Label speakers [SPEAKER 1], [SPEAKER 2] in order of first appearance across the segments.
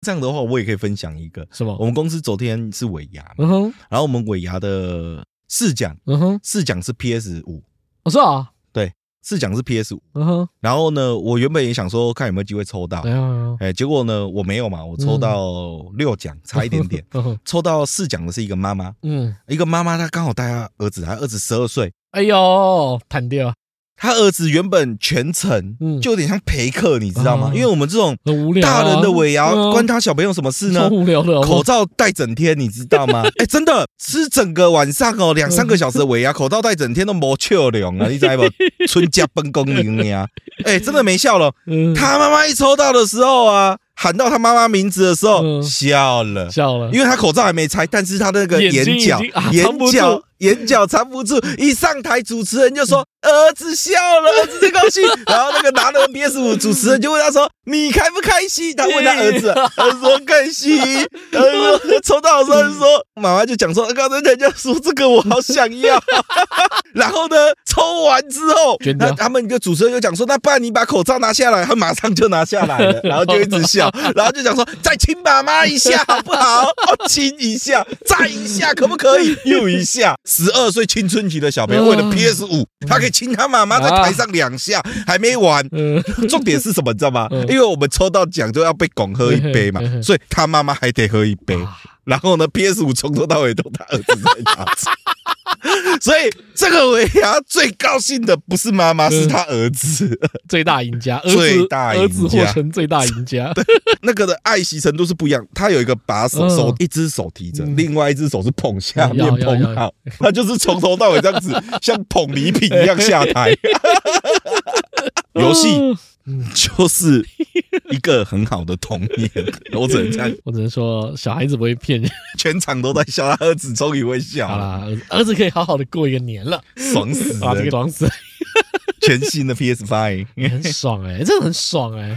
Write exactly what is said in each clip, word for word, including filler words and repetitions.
[SPEAKER 1] 这样的话我也可以分享一个
[SPEAKER 2] 什么？
[SPEAKER 1] 我们公司昨天是尾牙嘛、
[SPEAKER 2] 嗯哼，
[SPEAKER 1] 然后我们尾牙的试讲，
[SPEAKER 2] 嗯哼，
[SPEAKER 1] 试讲是 P S 五，
[SPEAKER 2] 我说啊，
[SPEAKER 1] 对，试讲是 P S 五，
[SPEAKER 2] 嗯哼，
[SPEAKER 1] 然后呢，我原本也想说看有没有机会抽到，
[SPEAKER 2] 哎呀，
[SPEAKER 1] 哎，结果呢我没有嘛，我抽到六奖，差一点点，抽到四奖的是一个妈妈，
[SPEAKER 2] 嗯，
[SPEAKER 1] 一个妈妈她刚好带她儿子，她儿子十二岁，
[SPEAKER 2] 哎呦，弹掉。
[SPEAKER 1] 他儿子原本全程就有点像陪客，你知道吗？
[SPEAKER 2] 嗯、
[SPEAKER 1] 因为我们这种
[SPEAKER 2] 很无聊、啊、
[SPEAKER 1] 大人的尾牙，
[SPEAKER 2] 嗯、
[SPEAKER 1] 关他小朋友什么事呢？
[SPEAKER 2] 超无聊的好不好，
[SPEAKER 1] 口罩戴整天，你知道吗？哎、欸，真的吃整个晚上哦，两三个小时的尾牙，口罩戴整天都没笑容啊！你知道不？春家奔公灵呀！哎，真的没笑了。嗯、他妈妈一抽到的时候啊，喊到他妈妈名字的时候，嗯、笑了，
[SPEAKER 2] 笑了，
[SPEAKER 1] 因为他口罩还没拆，但是他那个眼角、
[SPEAKER 2] 啊、
[SPEAKER 1] 眼角。眼角藏不住，一上台主持人就说儿子笑了，儿子最高兴。然后那个拿了 P S 五，主持人就问他说你开不开心？他问他儿子，儿子说开心。然后抽到的时候就说，妈妈就讲说刚才人家说这个我好想要。然后呢，抽完之后，那他们一个主持人就讲说，那不然你把口罩拿下来，他马上就拿下来了，然后就一直笑，然后就讲说再亲妈妈一下好不好？哦，亲一下，再一下可不可以？又一下。十二岁青春期的小朋友为了 P S 五，他可以亲他妈妈在台上两下，还没完。重点是什么？你知道吗？因为我们抽到奖就要被拱喝一杯嘛，所以他妈妈还得喝一杯。然后呢 ，P S 五从头到尾都他儿子在拿着。所以这个尾牙最高兴的不是妈妈，是他儿子，
[SPEAKER 2] 最大赢家，
[SPEAKER 1] 最大赢家，
[SPEAKER 2] 儿子获成最大赢家。
[SPEAKER 1] 那个的爱惜程度是不一样，他有一个把手，手一只手提着，另外一只手是捧下面捧好，他就是从头到尾这样子，像捧礼品一样下台。游戏就是一个很好的童年，我只能这样，
[SPEAKER 2] 我只能说小孩子不会骗人，
[SPEAKER 1] 全场都在笑，他儿子终于会笑了。
[SPEAKER 2] 好啦，儿子可以好好的过一个年了，
[SPEAKER 1] 爽死了，
[SPEAKER 2] 啊，这个爽死了！
[SPEAKER 1] 全新的 P S 五
[SPEAKER 2] 很爽哎、欸，真的很爽哎、欸。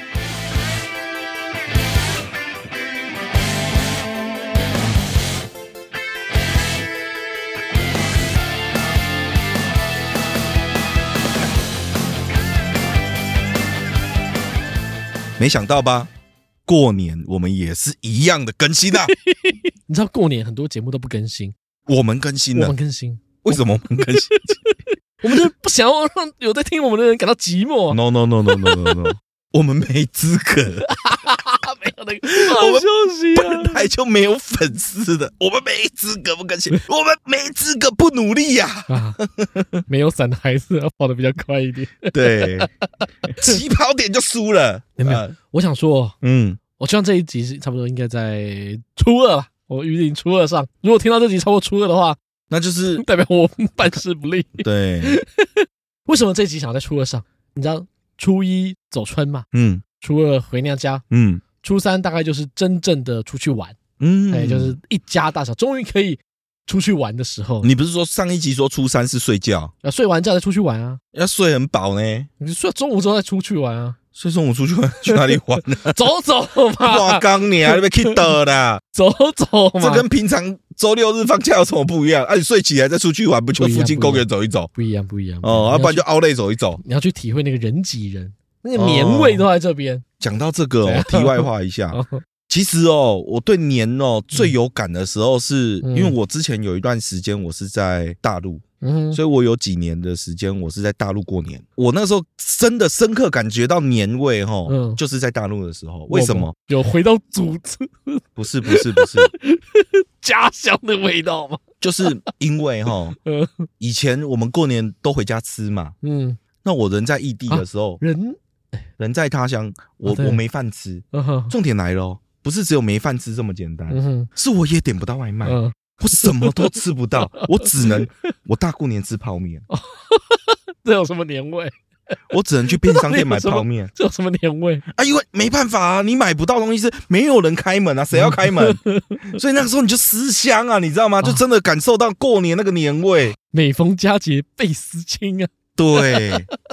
[SPEAKER 1] 没想到吧？过年我们也是一样的更新啊！
[SPEAKER 2] 你知道过年很多节目都不更新，
[SPEAKER 1] 我们更新了，
[SPEAKER 2] 我们更新，
[SPEAKER 1] 为什么我们更新？
[SPEAKER 2] 我们就不想要让有在听我们的人感到寂寞。
[SPEAKER 1] No no no no no no no， 我们没资格，
[SPEAKER 2] 没有那个，好消息啊！
[SPEAKER 1] 本来就没有粉丝的，我们没资格不更新，我们没资格不努力呀、啊
[SPEAKER 2] 啊！没有伞的孩子要跑得比较快一点，
[SPEAKER 1] 对，起跑点就输了。
[SPEAKER 2] 有没有？呃、我想说，
[SPEAKER 1] 嗯，
[SPEAKER 2] 我希望这一集是差不多应该在初二吧，我预定初二上。如果听到这集超过初二的话，
[SPEAKER 1] 那就是
[SPEAKER 2] 代表我办事不力。
[SPEAKER 1] 对，
[SPEAKER 2] 为什么这一集想要在初二上？你知道初一走春嘛，
[SPEAKER 1] 嗯，
[SPEAKER 2] 初二回娘家，嗯，初三大概就是真正的出去玩，嗯，哎，就是一家大小终于可以出去玩的时候。
[SPEAKER 1] 你不是说上一集说初三是睡觉，
[SPEAKER 2] 要睡完觉再出去玩啊？
[SPEAKER 1] 要睡很饱呢，
[SPEAKER 2] 你睡中午之后再出去玩啊？
[SPEAKER 1] 所以中午出去玩去哪里玩呢、啊？
[SPEAKER 2] 走走嘛！
[SPEAKER 1] 哇，刚你啊，你被 k 的啦，
[SPEAKER 2] 走走嘛！
[SPEAKER 1] 这跟平常周六日放假有什么不一样？啊，你睡起来再出去玩，不就附近公园走一走？
[SPEAKER 2] 不一样，不一样
[SPEAKER 1] 哦，要不然就奥莱走一走。
[SPEAKER 2] 你要去体会那个人挤人，那个年味都在这边。
[SPEAKER 1] 讲、哦、到这个哦，题外话一下。其实哦，我对年哦最有感的时候是，嗯、因为我之前有一段时间我是在大陆，嗯，所以我有几年的时间我是在大陆过年。我那时候真的深刻感觉到年味哦，嗯，就是在大陆的时候。为什么？
[SPEAKER 2] 有回到祖宗？
[SPEAKER 1] 不是不是不是，
[SPEAKER 2] 家乡的味道吗？
[SPEAKER 1] 就是因为哈，以前我们过年都回家吃嘛，嗯，那我人在异地的时候，啊、
[SPEAKER 2] 人
[SPEAKER 1] 人在他乡，我、啊、我没饭吃，uh-huh. 重点来了、哦。不是只有没饭吃这么简单，嗯、是我也点不到外卖，嗯、我什么都吃不到，我只能我大过年吃泡面，
[SPEAKER 2] 这有什么年味？
[SPEAKER 1] 我只能去便利商店买泡面，
[SPEAKER 2] 这有什么年味
[SPEAKER 1] 啊？因为没办法啊，你买不到东西是没有人开门啊，谁要开门？所以那个时候你就思乡啊，你知道吗？就真的感受到过年那个年味。
[SPEAKER 2] 每逢佳节倍思亲啊。
[SPEAKER 1] 对，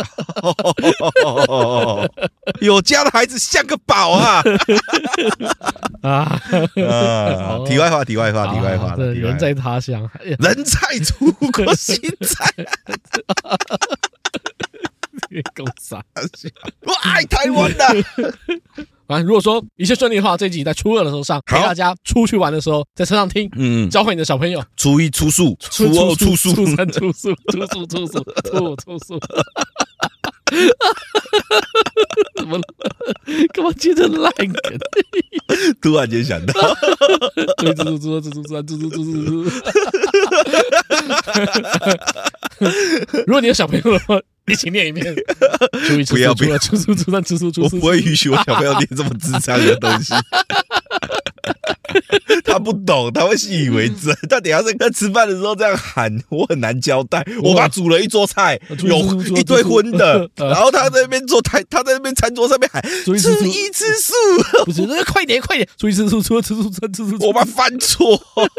[SPEAKER 1] 有家的孩子像个宝啊！啊啊！题外话，题外话，题外话，
[SPEAKER 2] 人在他乡，
[SPEAKER 1] 人在祖国心在。公傻，我爱台湾的。
[SPEAKER 2] 反正如果说一切顺利的话，这一集在初二的时候上，陪大家出去玩的时候在车上听，嗯，教会你的小朋友。
[SPEAKER 1] 初一初数，初二初数，
[SPEAKER 2] 初三初数，初四初数，初五初数。怎么了？干嘛接着烂梗？
[SPEAKER 1] 突然間想到，
[SPEAKER 2] 对，猪猪猪猪猪猪猪猪猪猪。如果你有小朋友的话，一起念一遍。
[SPEAKER 1] 不要不要，
[SPEAKER 2] 猪猪猪猪猪猪。
[SPEAKER 1] 我不会允许我小朋友念这么智障的东西。他不懂，他会信以为真。他等一下在跟吃饭的时候这样喊，我很难交代。我爸煮了一桌菜，有一堆荤的，然后他在那边做台，他在那边餐桌上面喊吃一吃素，
[SPEAKER 2] 不是，快点快点，初一吃素，初二吃素，初三吃素。
[SPEAKER 1] 我爸犯错。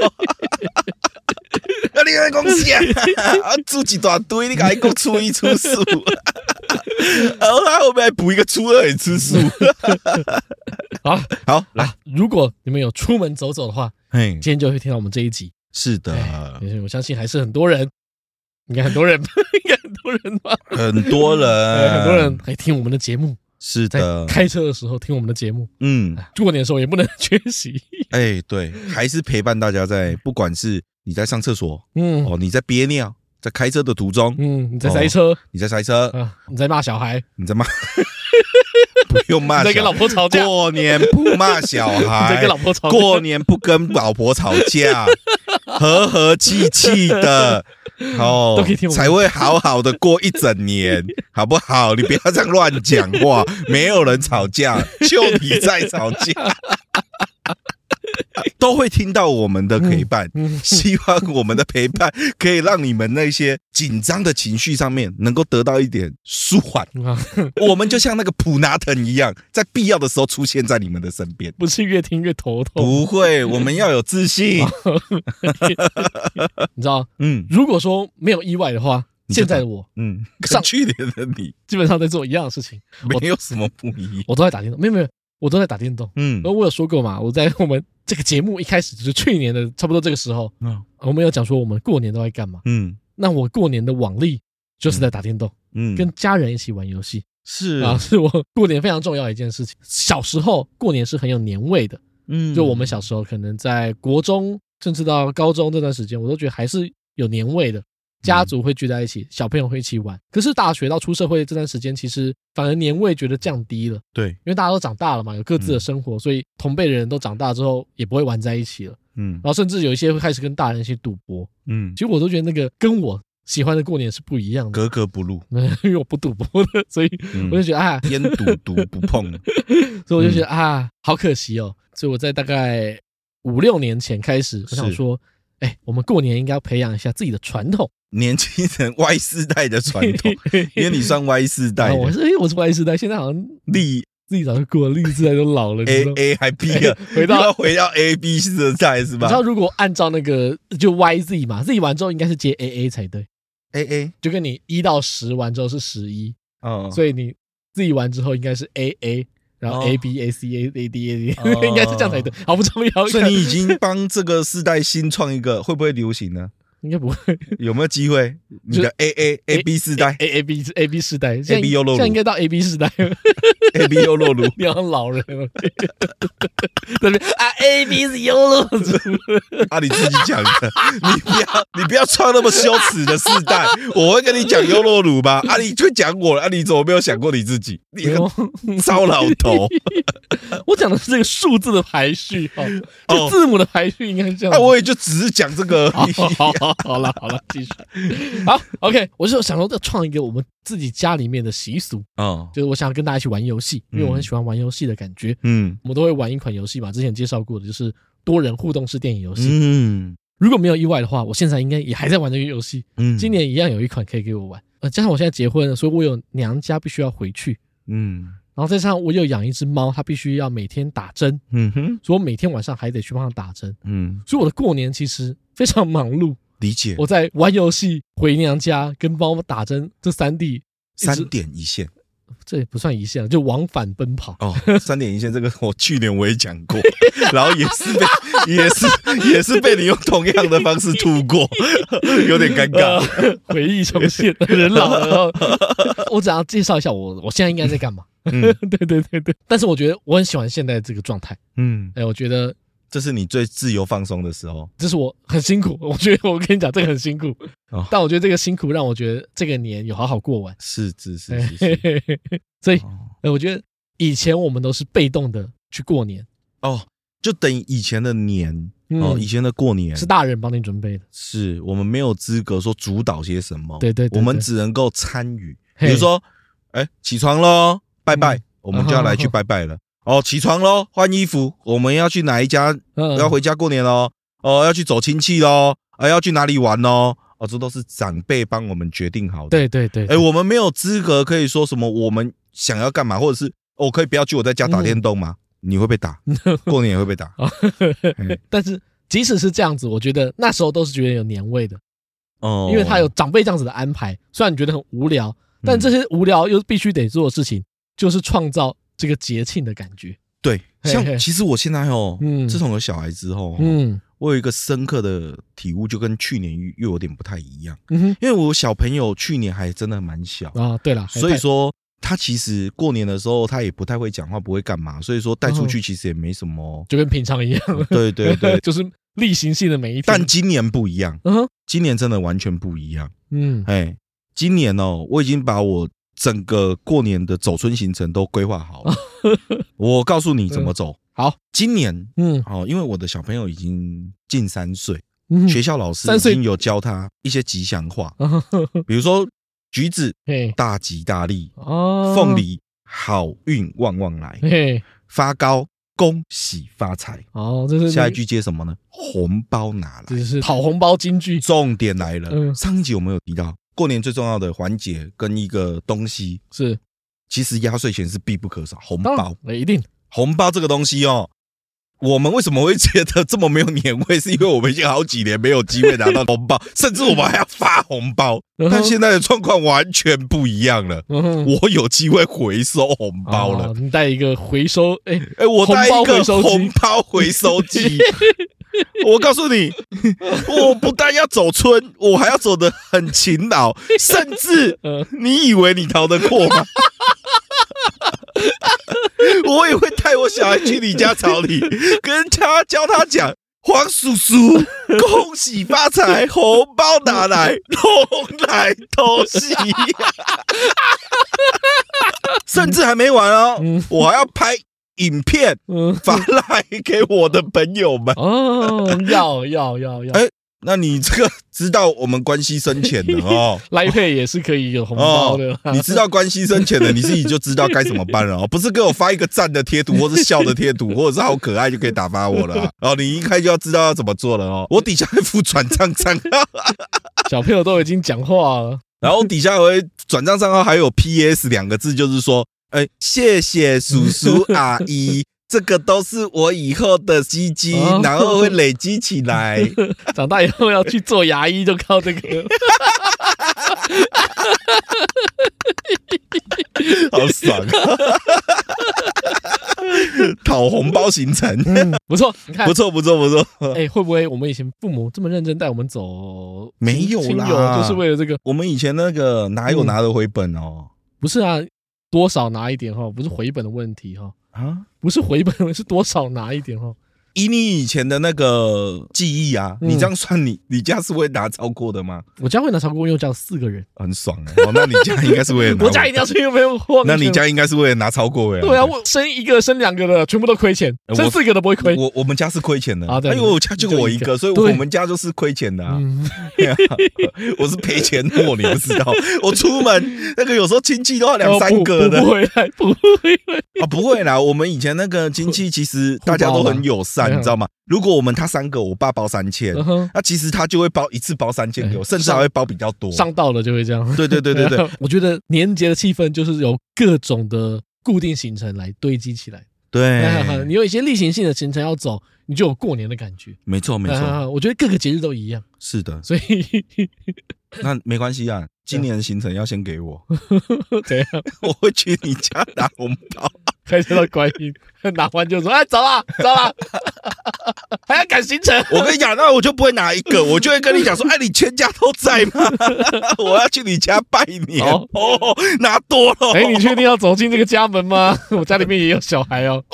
[SPEAKER 1] 那你在讲啥？啊，煮一大堆，你赶紧讲初一初素，然后他后面还补一个初二也吃素。
[SPEAKER 2] 好
[SPEAKER 1] 好来，
[SPEAKER 2] 如果你们有出门走走的话，今天就会听到我们这一集。
[SPEAKER 1] 是的，
[SPEAKER 2] 我相信还是很多人，应该很多人，应该很多人吧，
[SPEAKER 1] 很多人，
[SPEAKER 2] 很多人还听我们的节目。
[SPEAKER 1] 是的，
[SPEAKER 2] 开车的时候听我们的节目，嗯，过年的时候也不能缺席。
[SPEAKER 1] 哎，对，还是陪伴大家在，不管是你在上厕所，嗯，哦，你在憋尿，在开车的途中，
[SPEAKER 2] 嗯，你在塞车，
[SPEAKER 1] 哦、你在塞车，
[SPEAKER 2] 啊，你在骂小孩，
[SPEAKER 1] 你在骂，不用骂小孩，
[SPEAKER 2] 你在跟老婆吵架，
[SPEAKER 1] 过年不骂小孩，
[SPEAKER 2] 你在跟老婆吵架，
[SPEAKER 1] 过年不跟老婆吵架，和和气气的。哦，
[SPEAKER 2] 都可以听我们
[SPEAKER 1] 才会好好的过一整年，好不好？你不要这样乱讲话，没有人吵架，就你在吵架。都会听到我们的陪伴，嗯嗯、希望我们的陪伴可以让你们那些紧张的情绪上面能够得到一点舒缓。我们就像那个普拿疼一样，在必要的时候出现在你们的身边。
[SPEAKER 2] 不是越听越头痛，
[SPEAKER 1] 不会，我们要有自信。
[SPEAKER 2] 你知道，嗯，如果说没有意外的话，现在的我，嗯，
[SPEAKER 1] 跟去年的你
[SPEAKER 2] 基本上在做一样的事情，
[SPEAKER 1] 没有什么不一样。
[SPEAKER 2] 我都在打电动，没有没有。我都在打电动，嗯，而我有说过嘛，我在我们这个节目一开始就是去年的差不多这个时候，嗯，我们有讲说我们过年都在干嘛，嗯，那我过年的往例就是在打电动，嗯，跟家人一起玩游戏，
[SPEAKER 1] 是
[SPEAKER 2] 啊，是我过年非常重要的一件事情。小时候过年是很有年味的，嗯，就我们小时候可能在国中甚至到高中这段时间，我都觉得还是有年味的。家族会聚在一起，小朋友会一起玩。可是大学到出社会这段时间，其实反而年味觉得降低了。
[SPEAKER 1] 对，
[SPEAKER 2] 因为大家都长大了嘛，有各自的生活，嗯、所以同辈的人都长大之后也不会玩在一起了。嗯，然后甚至有一些会开始跟大人一起赌博。嗯，其实我都觉得那个跟我喜欢的过年是不一样的，
[SPEAKER 1] 格格不入。
[SPEAKER 2] 因为我不赌博的，所以我就觉得、嗯、啊，
[SPEAKER 1] 烟赌毒不碰。
[SPEAKER 2] 所以我就觉得、嗯、啊，好可惜哦。所以我在大概五六年前开始，我想说，哎，我们过年应该要培养一下自己的传统。
[SPEAKER 1] 年轻人 Y 世代的传统，因为你算 Y 世代的，
[SPEAKER 2] 我是哎，我是 Y 世代，现在好像
[SPEAKER 1] 历
[SPEAKER 2] 自己早就过了，历世代都老了
[SPEAKER 1] ，A A 还 B 了，
[SPEAKER 2] 回到
[SPEAKER 1] 回到 A B 世代是吧？
[SPEAKER 2] 你知道如果按照那个就 Y Z 嘛 ，Z 完之后应该是接 A A 才对
[SPEAKER 1] ，A A
[SPEAKER 2] 就跟你一到十完之后是十一，哦，所以你 Z 完之后应该是 A A。然后 A B A C A A D A D、哦、应该是这样才对，好不重要。
[SPEAKER 1] 所以你已经帮这个世代新创一个，会不会流行呢？
[SPEAKER 2] 应该不会，
[SPEAKER 1] 有没有机会？你的 A A A B 世代
[SPEAKER 2] ，A A B A B 世代
[SPEAKER 1] ，A B 优酪乳，
[SPEAKER 2] 现在应该到 A B 世代了
[SPEAKER 1] ，A B 优酪乳，
[SPEAKER 2] 你好像老人了，对不对啊 ？A B 是优酪乳，
[SPEAKER 1] 啊，你自己讲的，你不要你不要创那么羞耻的世代，我会跟你讲优酪乳吧？啊，你就讲我了，啊，你怎么没有想过你自己？你个糟老头！
[SPEAKER 2] 我讲的是这个数字的排序，哦，就字母的排序应该是这样。
[SPEAKER 1] 啊，我也就只是讲这个而已。
[SPEAKER 2] 好好好好了好了，继续。好 ，OK， 我就想说要创一个我们自己家里面的习俗，哦，就是我想要跟大家一起玩游戏，因为我很喜欢玩游戏的感觉。嗯，我们都会玩一款游戏嘛，之前介绍过的就是多人互动式电影游戏。嗯，如果没有意外的话，我现在应该也还在玩这个游戏。嗯，今年一样有一款可以给我玩。呃，加上我现在结婚了，所以我有娘家必须要回去。嗯。然后再加上我有养一只猫，它必须要每天打针，嗯哼，所以我每天晚上还得去帮它打针，嗯，所以我的过年其实非常忙碌。
[SPEAKER 1] 理解。
[SPEAKER 2] 我在玩游戏、回娘家跟猫打针这三地
[SPEAKER 1] 三点一线，
[SPEAKER 2] 这也不算一线，就往返奔跑。
[SPEAKER 1] 哦，三点一线这个我去年我也讲过，然后也是被也是也是被你用同样的方式吐过，有点尴尬，
[SPEAKER 2] 呃、回忆重现，人老了。我只要介绍一下我我现在应该在干嘛。 嗯，对对对对。但是我觉得我很喜欢现在这个状态。嗯，哎，我觉得
[SPEAKER 1] 这是你最自由放松的时候。
[SPEAKER 2] 这是我很辛苦，我觉得我跟你讲，这个很辛苦。哦、但我觉得这个辛苦让我觉得这个年有好好过完。
[SPEAKER 1] 是是是是是。
[SPEAKER 2] 所以，哦、我觉得以前我们都是被动的去过年。
[SPEAKER 1] 哦，就等于以前的年。哦，以前的过年
[SPEAKER 2] 是大人帮你准备的，
[SPEAKER 1] 是我们没有资格说主导些什么，
[SPEAKER 2] 对 对, 对, 对，
[SPEAKER 1] 我们只能够参与。比如说，哎，起床咯，拜拜，嗯、我们就要来去拜拜了。哦，起床咯，换衣服，我们要去哪一家？嗯、要回家过年咯。哦，要去走亲戚咯，啊，要去哪里玩咯？哦，这都是长辈帮我们决定好的。
[SPEAKER 2] 对对 对,
[SPEAKER 1] 对，哎，我们没有资格可以说什么，我们想要干嘛，或者是我、哦、可以不要去我在家打电动吗？嗯你会被打，过年也会被打。
[SPEAKER 2] 但是即使是这样子，我觉得那时候都是觉得有年味的哦，因为他有长辈这样子的安排。虽然你觉得很无聊，但这些无聊又必须得做的事情，就是创造这个节庆的感觉。
[SPEAKER 1] 对，像其实我现在哦，嗯，自从有小孩之后，嗯，我有一个深刻的体悟，就跟去年又有点不太一样。嗯哼，因为我小朋友去年还真的蛮小
[SPEAKER 2] 啊，对了，
[SPEAKER 1] 所以说。他其实过年的时候，他也不太会讲话，不会干嘛，所以说带出去其实也没什么，
[SPEAKER 2] 就跟平常一样。
[SPEAKER 1] 对对对，
[SPEAKER 2] 就是例行性的每一天。
[SPEAKER 1] 但今年不一样，嗯哼，今年真的完全不一样。嗯，哎，今年哦，我已经把我整个过年的走春行程都规划好了。我告诉你怎么走。嗯、
[SPEAKER 2] 好，
[SPEAKER 1] 今年，嗯，哦，因为我的小朋友已经近三岁，嗯、学校老师已经有教他一些吉祥话，比如说。橘子大吉大利，凤梨好运旺旺来，发糕恭喜发财。哦，这是下一句接什么呢？红包拿来，
[SPEAKER 2] 这是讨红包金句。
[SPEAKER 1] 重点来了，嗯、上一集我们有提到，过年最重要的环节跟一个东西
[SPEAKER 2] 是，
[SPEAKER 1] 其实压岁钱是必不可少，红包，
[SPEAKER 2] 一定。
[SPEAKER 1] 红包这个东西哦。我们为什么会觉得这么没有年味？是因为我们已经好几年没有机会拿到红包，甚至我们还要发红包。但现在的状况完全不一样了。我有机会回收红包了。
[SPEAKER 2] 哦、你带一个回收，哎、欸、
[SPEAKER 1] 哎，我带一个红包回收机。我告诉你，我不但要走春，我还要走得很勤劳，甚至你以为你逃得过吗？我也会带我小孩去你家草里，跟他教他讲黄叔叔恭喜发财，红包拿来，龙来头喜。甚至还没完哦，嗯、我还要拍影片发来给我的朋友们。
[SPEAKER 2] 哦，要要要要。
[SPEAKER 1] 哎，那你这个知道我们关系深浅的哦
[SPEAKER 2] ，Line Pay也是可以有红包的、
[SPEAKER 1] 哦。你知道关系深浅的，你自己就知道该怎么办了哦。不是给我发一个赞的贴图，或是笑的贴图，或者是好可爱就可以打发我了、啊。哦，你一开就要知道要怎么做了哦。我底下会附转账账号，
[SPEAKER 2] 小朋友都已经讲话了。
[SPEAKER 1] 然后底下会转账账号还有 P S 两个字，就是说，哎，谢谢叔叔阿姨。这个都是我以后的基金，哦、然后会累积起来。
[SPEAKER 2] 长大以后要去做牙医，就靠这个。
[SPEAKER 1] 好爽啊！讨红包行程，
[SPEAKER 2] 嗯、不错，你看，
[SPEAKER 1] 不错，不错，不错。
[SPEAKER 2] 哎、欸，会不会我们以前父母这么认真带我们走？
[SPEAKER 1] 没有啦，
[SPEAKER 2] 有就是为了这个。
[SPEAKER 1] 我们以前那个哪有拿得回本哦？
[SPEAKER 2] 嗯、不是啊，多少拿一点哈，不是回本的问题哈。啊，不是回本，是多少拿一点哈。
[SPEAKER 1] 以你以前的那个记忆啊，嗯、你这样算你，你你家是会拿超过的吗？
[SPEAKER 2] 我家会拿超过，因为我家有四个人，
[SPEAKER 1] 很爽哎、欸。哦，那你家应该是为了拿，
[SPEAKER 2] 我家一定要是因为没有货。
[SPEAKER 1] 那你家应该是为了拿超过哎、欸。
[SPEAKER 2] 对啊，我生一个生两个的，全部都亏钱，生四个都不会亏。
[SPEAKER 1] 我 我, 我们家是亏钱的啊，因为我家就我一个，所以我们家就是亏钱的啊。嗯、我是赔钱货，你不知道。我出门那个有时候亲戚都要两三个的，
[SPEAKER 2] 不会来，不会来
[SPEAKER 1] 啊，不会啦。我们以前那个亲戚其实大家都很友善，你知道吗？如果我们他三个，我爸包三千，那、uh huh. 其实他就会包一次包三千给我，甚至还会包比较多。
[SPEAKER 2] 上到了就会这样。
[SPEAKER 1] 对对对对对，
[SPEAKER 2] 我觉得年节的气氛就是由各种的固定行程来堆积起来。
[SPEAKER 1] 对，
[SPEAKER 2] 你有一些例行性的行程要走，你就有过年的感觉。
[SPEAKER 1] 没错没错，
[SPEAKER 2] 我觉得各个节日都一样。
[SPEAKER 1] 是的，
[SPEAKER 2] 所以
[SPEAKER 1] 那没关系啊，今年的行程要先给我。
[SPEAKER 2] 怎样？
[SPEAKER 1] 我会去你家拿红包。
[SPEAKER 2] 开车到观音，拿完就说：“哎，走啦，走啦！”还要赶行程。
[SPEAKER 1] 我跟你讲，那我就不会拿一个，我就会跟你讲说，哎，你全家都在吗？我要去你家拜年哦，哦拿多了。
[SPEAKER 2] 哎，你确定要走进这个家门吗？我家里面也有小孩哦。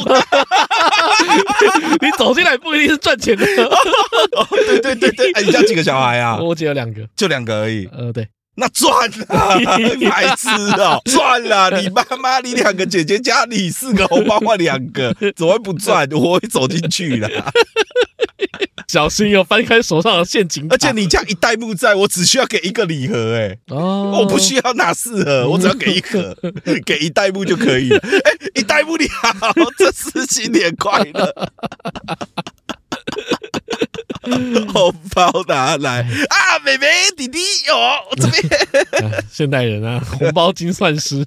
[SPEAKER 2] 你走进来不一定是赚钱的。
[SPEAKER 1] 哦，对对对对，哎，你家几个小孩啊？
[SPEAKER 2] 我姐有两个，
[SPEAKER 1] 就两个而已。
[SPEAKER 2] 呃，对。
[SPEAKER 1] 那赚了，白痴哦，赚了！你妈妈，你两个姐姐加你四个红包换两个，怎么会不赚？我会走进去啦。
[SPEAKER 2] 小心哦，翻开手上的陷阱。
[SPEAKER 1] 而且你家一代目在，我只需要给一个礼盒，哎，哦，我不需要拿四盒，我只要给一盒，给一代目就可以了。哎，一代目你好，这次新年快乐。红包拿来啊，妹妹弟弟哦，我这边、
[SPEAKER 2] 啊、现代人啊，红包精算师，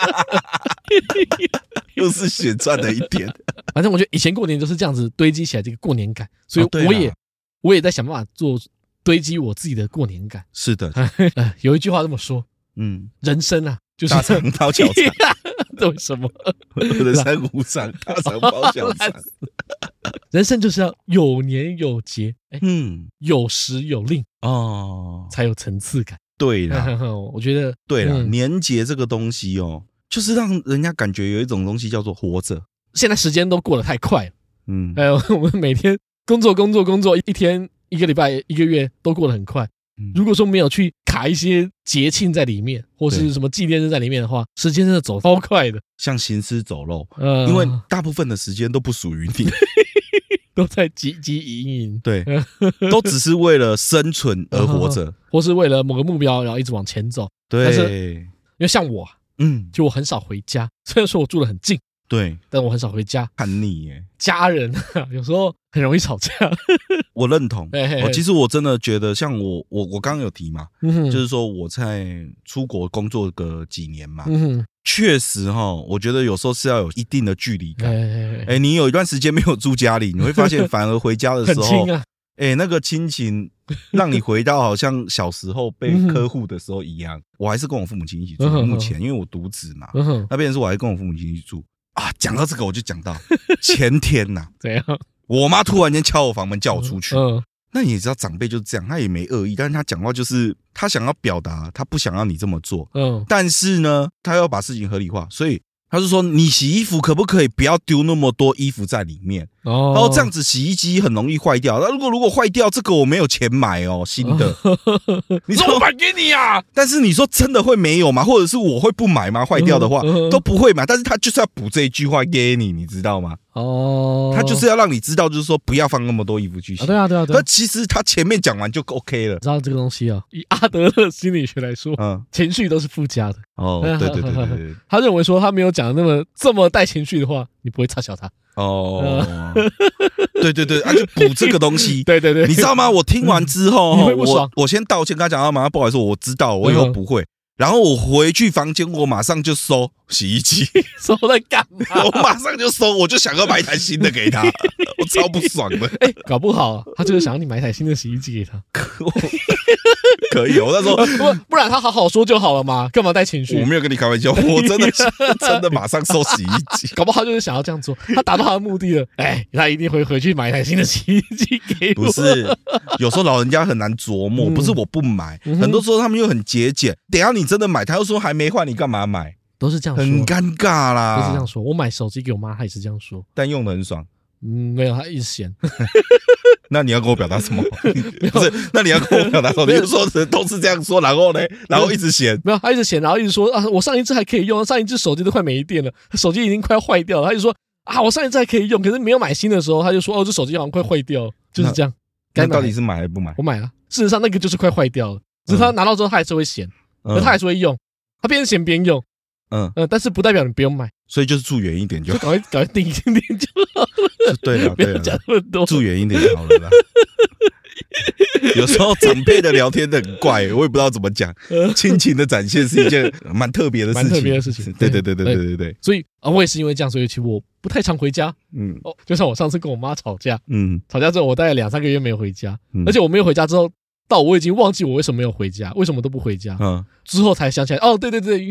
[SPEAKER 1] 又是血赚的一天。
[SPEAKER 2] 反正我觉得以前过年就是这样子堆积起来这个过年感，所以我也、哦、我也在想办法做堆积我自己的过年感。
[SPEAKER 1] 是的，
[SPEAKER 2] 呃、有一句话这么说，嗯，人生啊就是
[SPEAKER 1] 大肠包小肠。
[SPEAKER 2] 为什么？
[SPEAKER 1] 人生无常，大肠包小肠。
[SPEAKER 2] 人生就是要有年有节，欸、嗯，有时有令哦，才有层次感。
[SPEAKER 1] 对啦，
[SPEAKER 2] 我觉得
[SPEAKER 1] 对啦、嗯，年节这个东西哦，就是让人家感觉有一种东西叫做活着。
[SPEAKER 2] 现在时间都过得太快了，嗯，还有我们每天工作工作工作，一天一个礼拜一个月都过得很快。嗯、如果说没有去卡一些节庆在里面，或是什么纪念日在里面的话，时间真的走超快的，
[SPEAKER 1] 像行尸走肉。呃、因为大部分的时间都不属于你。
[SPEAKER 2] 都在汲汲营营，
[SPEAKER 1] 对，都只是为了生存而活着，
[SPEAKER 2] 或是为了某个目标，然后一直往前走。
[SPEAKER 1] 对，
[SPEAKER 2] 但是因为像我，嗯，就我很少回家，虽然说我住得很近，
[SPEAKER 1] 对，
[SPEAKER 2] 但我很少回家。
[SPEAKER 1] 看你耶，
[SPEAKER 2] 家人有时候很容易吵架。
[SPEAKER 1] 我认同。嘿嘿嘿、哦、其实我真的觉得，像我，我我刚刚有提嘛，嗯、就是说我在出国工作个几年嘛。嗯确实哈，我觉得有时候是要有一定的距离感。哎、欸，你有一段时间没有住家里，你会发现反而回家的时候，哎、啊欸，那个亲情让你回到好像小时候被呵护的时候一样。我还是跟我父母亲一起住，目前因为我独子嘛，那边是我还跟我父母亲一起住啊。讲到这个，我就讲到前天呐、啊，
[SPEAKER 2] 怎样？
[SPEAKER 1] 我妈突然间敲我房门叫我出去。嗯那你也知道长辈就是这样，他也没恶意，但是他讲话就是他想要表达，他不想要你这么做，嗯，但是呢，他要把事情合理化，所以他就说你洗衣服可不可以不要丢那么多衣服在里面？哦，然后这样子洗衣机很容易坏掉。那如果如果坏掉，这个我没有钱买哦，新的，你说我买给你啊？但是你说真的会没有吗？或者是我会不买吗？坏掉的话、嗯、都不会买，但是他就是要补这一句话给你，你知道吗？哦，他就是要让你知道，就是说不要放那么多衣服去洗。
[SPEAKER 2] 啊对啊对啊对啊。
[SPEAKER 1] 可其实他前面讲完就 OK 了。
[SPEAKER 2] 知道这个东西啊，以阿德勒心理学来说，嗯，情绪都是附加的。
[SPEAKER 1] 哦，对对对对对。
[SPEAKER 2] 他认为说他没有讲的那么这么带情绪的话，你不会插小他。哦，
[SPEAKER 1] 对对对，啊，就补这个东西。
[SPEAKER 2] 对对对，
[SPEAKER 1] 你知道吗？我听完之后，嗯、我我先道歉，跟他讲啊，妈妈不好意思，我知道，我以后不会。嗯然后我回去房间，我马上就收洗衣机，
[SPEAKER 2] 收在干嘛？
[SPEAKER 1] 我马上就收，我就想要买一台新的给他，我超不爽的。
[SPEAKER 2] 哎、欸，搞不好他就是想要你买一台新的洗衣机给他。
[SPEAKER 1] 可以，我那时候
[SPEAKER 2] 不不然他好好说就好了嘛，干嘛带情绪？
[SPEAKER 1] 我没有跟你开玩笑，我真的真的马上收洗衣机。
[SPEAKER 2] 搞不好他就是想要这样做，他达到他的目的了。哎、欸，他一定会回去买一台新的洗衣机给我。
[SPEAKER 1] 不是，有时候老人家很难琢磨，嗯、不是我不买，嗯、很多时候他们又很节俭。等一下你真的买，他又说还没换，你干嘛买？
[SPEAKER 2] 都是这样说，
[SPEAKER 1] 很尴尬啦。
[SPEAKER 2] 都是这样说。我买手机给我妈，她也是这样说，
[SPEAKER 1] 但用的很爽。
[SPEAKER 2] 嗯，没有，她一直嫌。
[SPEAKER 1] 那你要跟我表达什么？不是，那你要跟我表达什么？比如说都是这样说，然后呢，然后一直嫌，
[SPEAKER 2] 没有，他一直嫌，然后一直说啊，我上一次还可以用，上一次手机都快没电了，手机已经快要坏掉了。他就说啊，我上一次还可以用，可是没有买新的时候，他就说哦，这手机好像快坏掉了，就是这样。
[SPEAKER 1] 那到底是买还是不买？
[SPEAKER 2] 我买了。事实上，那个就是快坏掉了，只是他拿到之后，他还是会嫌，可他还是会用，他边嫌边用。嗯呃，但是不代表你不用买，
[SPEAKER 1] 所以就是住远一点就好，
[SPEAKER 2] 赶快赶快定一定就好了。
[SPEAKER 1] 对了，
[SPEAKER 2] 不要讲那么多，
[SPEAKER 1] 住远一点就好了啦。有时候长辈的聊天很怪，我也不知道怎么讲。亲情的展现是一件蛮特别的事情，蛮
[SPEAKER 2] 特别的事情。
[SPEAKER 1] 对对对对对对对。
[SPEAKER 2] 所以啊，我也是因为这样，所以其实我不太常回家。嗯，哦，就像我上次跟我妈吵架，嗯，吵架之后我大概两三个月没有回家，而且我没有回家之后，到我已经忘记我为什么没有回家，为什么都不回家。嗯，之后才想起来，哦，对对对，原来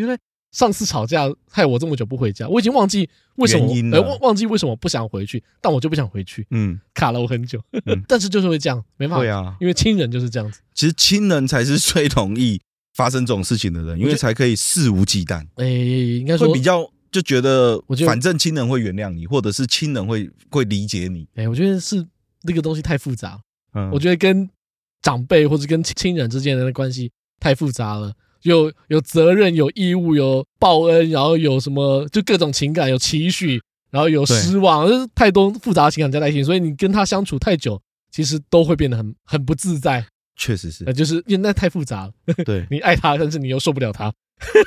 [SPEAKER 2] 上次吵架害我这么久不回家，我已经忘记为什么呃忘忘记为什么不想回去，但我就不想回去，嗯，卡了我很久，嗯、但是就是会这样，没办法，
[SPEAKER 1] 对啊，
[SPEAKER 2] 因为亲人就是这样子。
[SPEAKER 1] 其实亲人才是最容易发生这种事情的人，因为才可以肆无忌惮。
[SPEAKER 2] 哎、欸，应该说
[SPEAKER 1] 会比较就觉得，反正亲人会原谅你，或者是亲人会会理解你。
[SPEAKER 2] 哎、欸，我觉得是那个东西太复杂，嗯，我觉得跟长辈或者跟亲人之间的关系太复杂了。有有责任，有义务，有报恩，然后有什么就各种情感，有期许，然后有失望，就是太多复杂的情感加在一起，所以你跟他相处太久，其实都会变得很很不自在。
[SPEAKER 1] 确实是，
[SPEAKER 2] 呃，就是因为那太复杂了。
[SPEAKER 1] 对，
[SPEAKER 2] 你爱他，但是你又受不了他。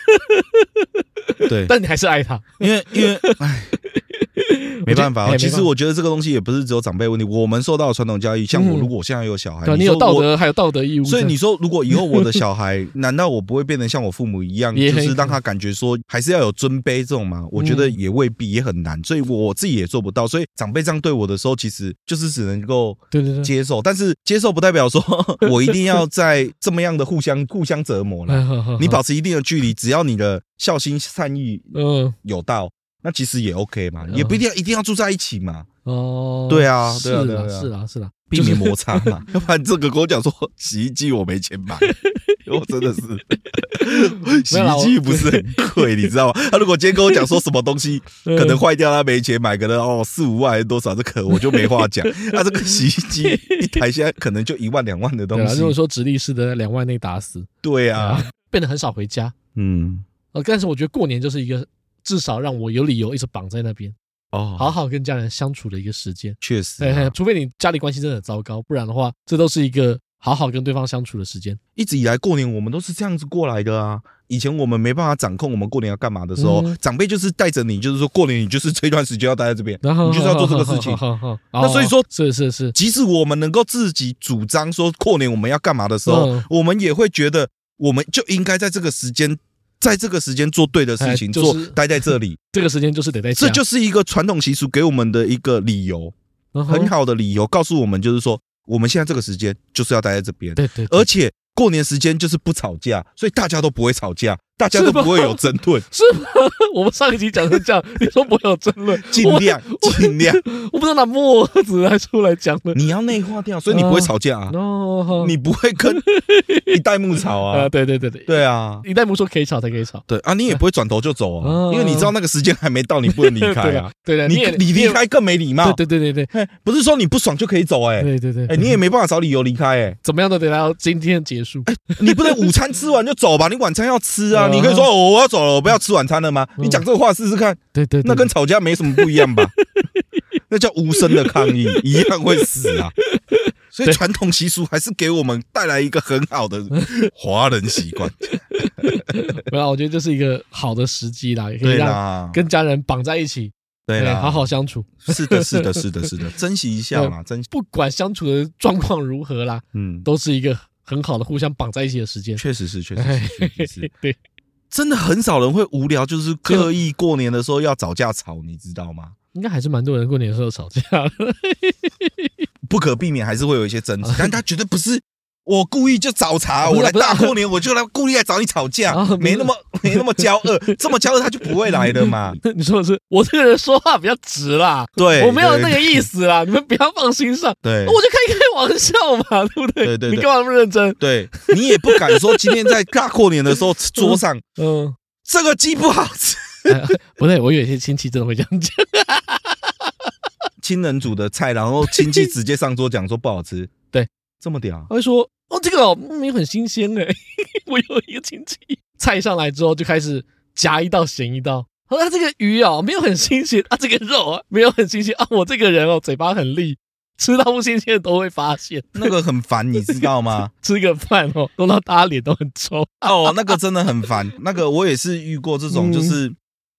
[SPEAKER 1] 对，
[SPEAKER 2] 但你还是爱他，
[SPEAKER 1] 因为因为唉。没办法，其实我觉得这个东西也不是只有长辈问题，我们受到的传统教育，像我如果现在有小孩，
[SPEAKER 2] 嗯、你有道德还有道德义务，
[SPEAKER 1] 所以你说如果以后我的小孩，难道我不会变成像我父母一样，就是让他感觉说还是要有尊卑这种吗？我觉得也未必，也很难，所以我自己也做不到。所以长辈这样对我的时候，其实就是只能够接受，但是接受不代表说我一定要在这么样的互相互相折磨了。你保持一定的距离，只要你的孝心善意有到。那其实也 OK 嘛，也不一定要一定要住在一起嘛。哦，对啊，对啊，
[SPEAKER 2] 是啦，是啦，是啦，
[SPEAKER 1] 避免摩擦嘛。要不然这个跟我讲说洗衣机我没钱买，我真的是洗衣机不是很贵，你知道吗？他如果今天跟我讲说什么东西可能坏掉，他没钱买，可能哦四五万还是多少，这可我就没话讲。那这个洗衣机一台现在可能就一万两万的东西。
[SPEAKER 2] 如果说直立式的两万内打死。
[SPEAKER 1] 对啊，
[SPEAKER 2] 变得很少回家。嗯，呃，但是我觉得过年就是一个。至少让我有理由一直绑在那边，哦，好好跟家人相处的一个时间。
[SPEAKER 1] 确实、
[SPEAKER 2] 啊，除非你家里关系真的很糟糕，不然的话，这都是一个好好跟对方相处的时间。
[SPEAKER 1] 一直以来过年我们都是这样子过来的啊。以前我们没办法掌控我们过年要干嘛的时候，嗯、长辈就是带着你，就是说过年你就是这段时间要待在这边，你就是要做这个事情。那所以说，
[SPEAKER 2] 是是是，
[SPEAKER 1] 即使我们能够自己主张说过年我们要干嘛的时候，嗯、我们也会觉得我们就应该在这个时间。在这个时间做对的事情，做待在这里，
[SPEAKER 2] 这个时间就是得在家，
[SPEAKER 1] 这就是一个传统习俗给我们的一个理由，很好的理由，告诉我们就是说，我们现在这个时间就是要待在这边，
[SPEAKER 2] 对对，
[SPEAKER 1] 而且过年时间就是不吵架，所以大家都不会吵架，大家都不会有争论，
[SPEAKER 2] 是吗？我们上一集讲成这样，你说不会有争论，
[SPEAKER 1] 尽量尽量，
[SPEAKER 2] 我不知道拿墨子来出来讲的，
[SPEAKER 1] 你要内化掉，所以你不会吵架啊，你不会跟一代目吵啊，
[SPEAKER 2] 对对对对，
[SPEAKER 1] 对啊，
[SPEAKER 2] 一代目说可以吵才可以吵，
[SPEAKER 1] 对啊，你也不会转头就走啊，因为你知道那个时间还没到，你不能离开啊，
[SPEAKER 2] 对的，
[SPEAKER 1] 你你离开更没礼貌，
[SPEAKER 2] 对对对对对，
[SPEAKER 1] 不是说你不爽就可以走，哎，
[SPEAKER 2] 对对对，
[SPEAKER 1] 哎，你也没办法找理由离开，哎，
[SPEAKER 2] 怎么样都得到今天结束，
[SPEAKER 1] 你不能午餐吃完就走吧，你晚餐要吃啊，你可以说哦我要走了，我不要吃晚餐了吗？你讲这个话试试看，
[SPEAKER 2] 对对，
[SPEAKER 1] 那跟吵架没什么不一样吧？那叫无声的抗议，一样会死啊！所以传统习俗还是给我们带来一个很好的华人习惯。
[SPEAKER 2] 没有，我觉得这是一个好的时机啦，也可以让跟家人绑在一起，
[SPEAKER 1] 对啦，
[SPEAKER 2] 好好相处。
[SPEAKER 1] 是的，是的，是的，是的，珍惜一下啦，珍惜。
[SPEAKER 2] 不管相处的状况如何啦，嗯，都是一个很好的互相绑在一起的时间。
[SPEAKER 1] 确实是，确实是，确实是。对，真的很少人会无聊，就是刻意过年的时候要找架吵，你知道吗？
[SPEAKER 2] 应该还是蛮多人过年的时候吵架的，
[SPEAKER 1] 不可避免还是会有一些争执，但他绝对不是我故意就找茬，我来大过年我就来故意来找你吵架，没那么没那么骄傲，这么骄傲他就不会来的嘛。
[SPEAKER 2] 你说的是我这个人说话比较直啦，
[SPEAKER 1] 对，
[SPEAKER 2] 我没有那个意思啦，你们不要放心上，
[SPEAKER 1] 对，
[SPEAKER 2] 我就开开玩笑嘛，对不对？
[SPEAKER 1] 对对，
[SPEAKER 2] 你干嘛那么认真？
[SPEAKER 1] 对，你也不敢说今天在大过年的时候桌上，嗯，这个鸡不好吃。
[SPEAKER 2] 哎、不对，我有些亲戚真的会这样讲，
[SPEAKER 1] 亲人煮的菜，然后亲戚直接上桌讲说不好吃，
[SPEAKER 2] 对，
[SPEAKER 1] 这么屌，
[SPEAKER 2] 他会说哦这个哦没有很新鲜哎，我有一个亲戚菜上来之后就开始夹一道咸一道，他说、啊、这个鱼哦没有很新鲜啊，这个肉啊没有很新鲜啊，我这个人哦嘴巴很利。吃到不新鲜的都会发现，
[SPEAKER 1] 那个很烦，你知道吗？
[SPEAKER 2] 吃个饭哦，弄到大家脸都很臭
[SPEAKER 1] 哦，那个真的很烦。那个我也是遇过这种，就是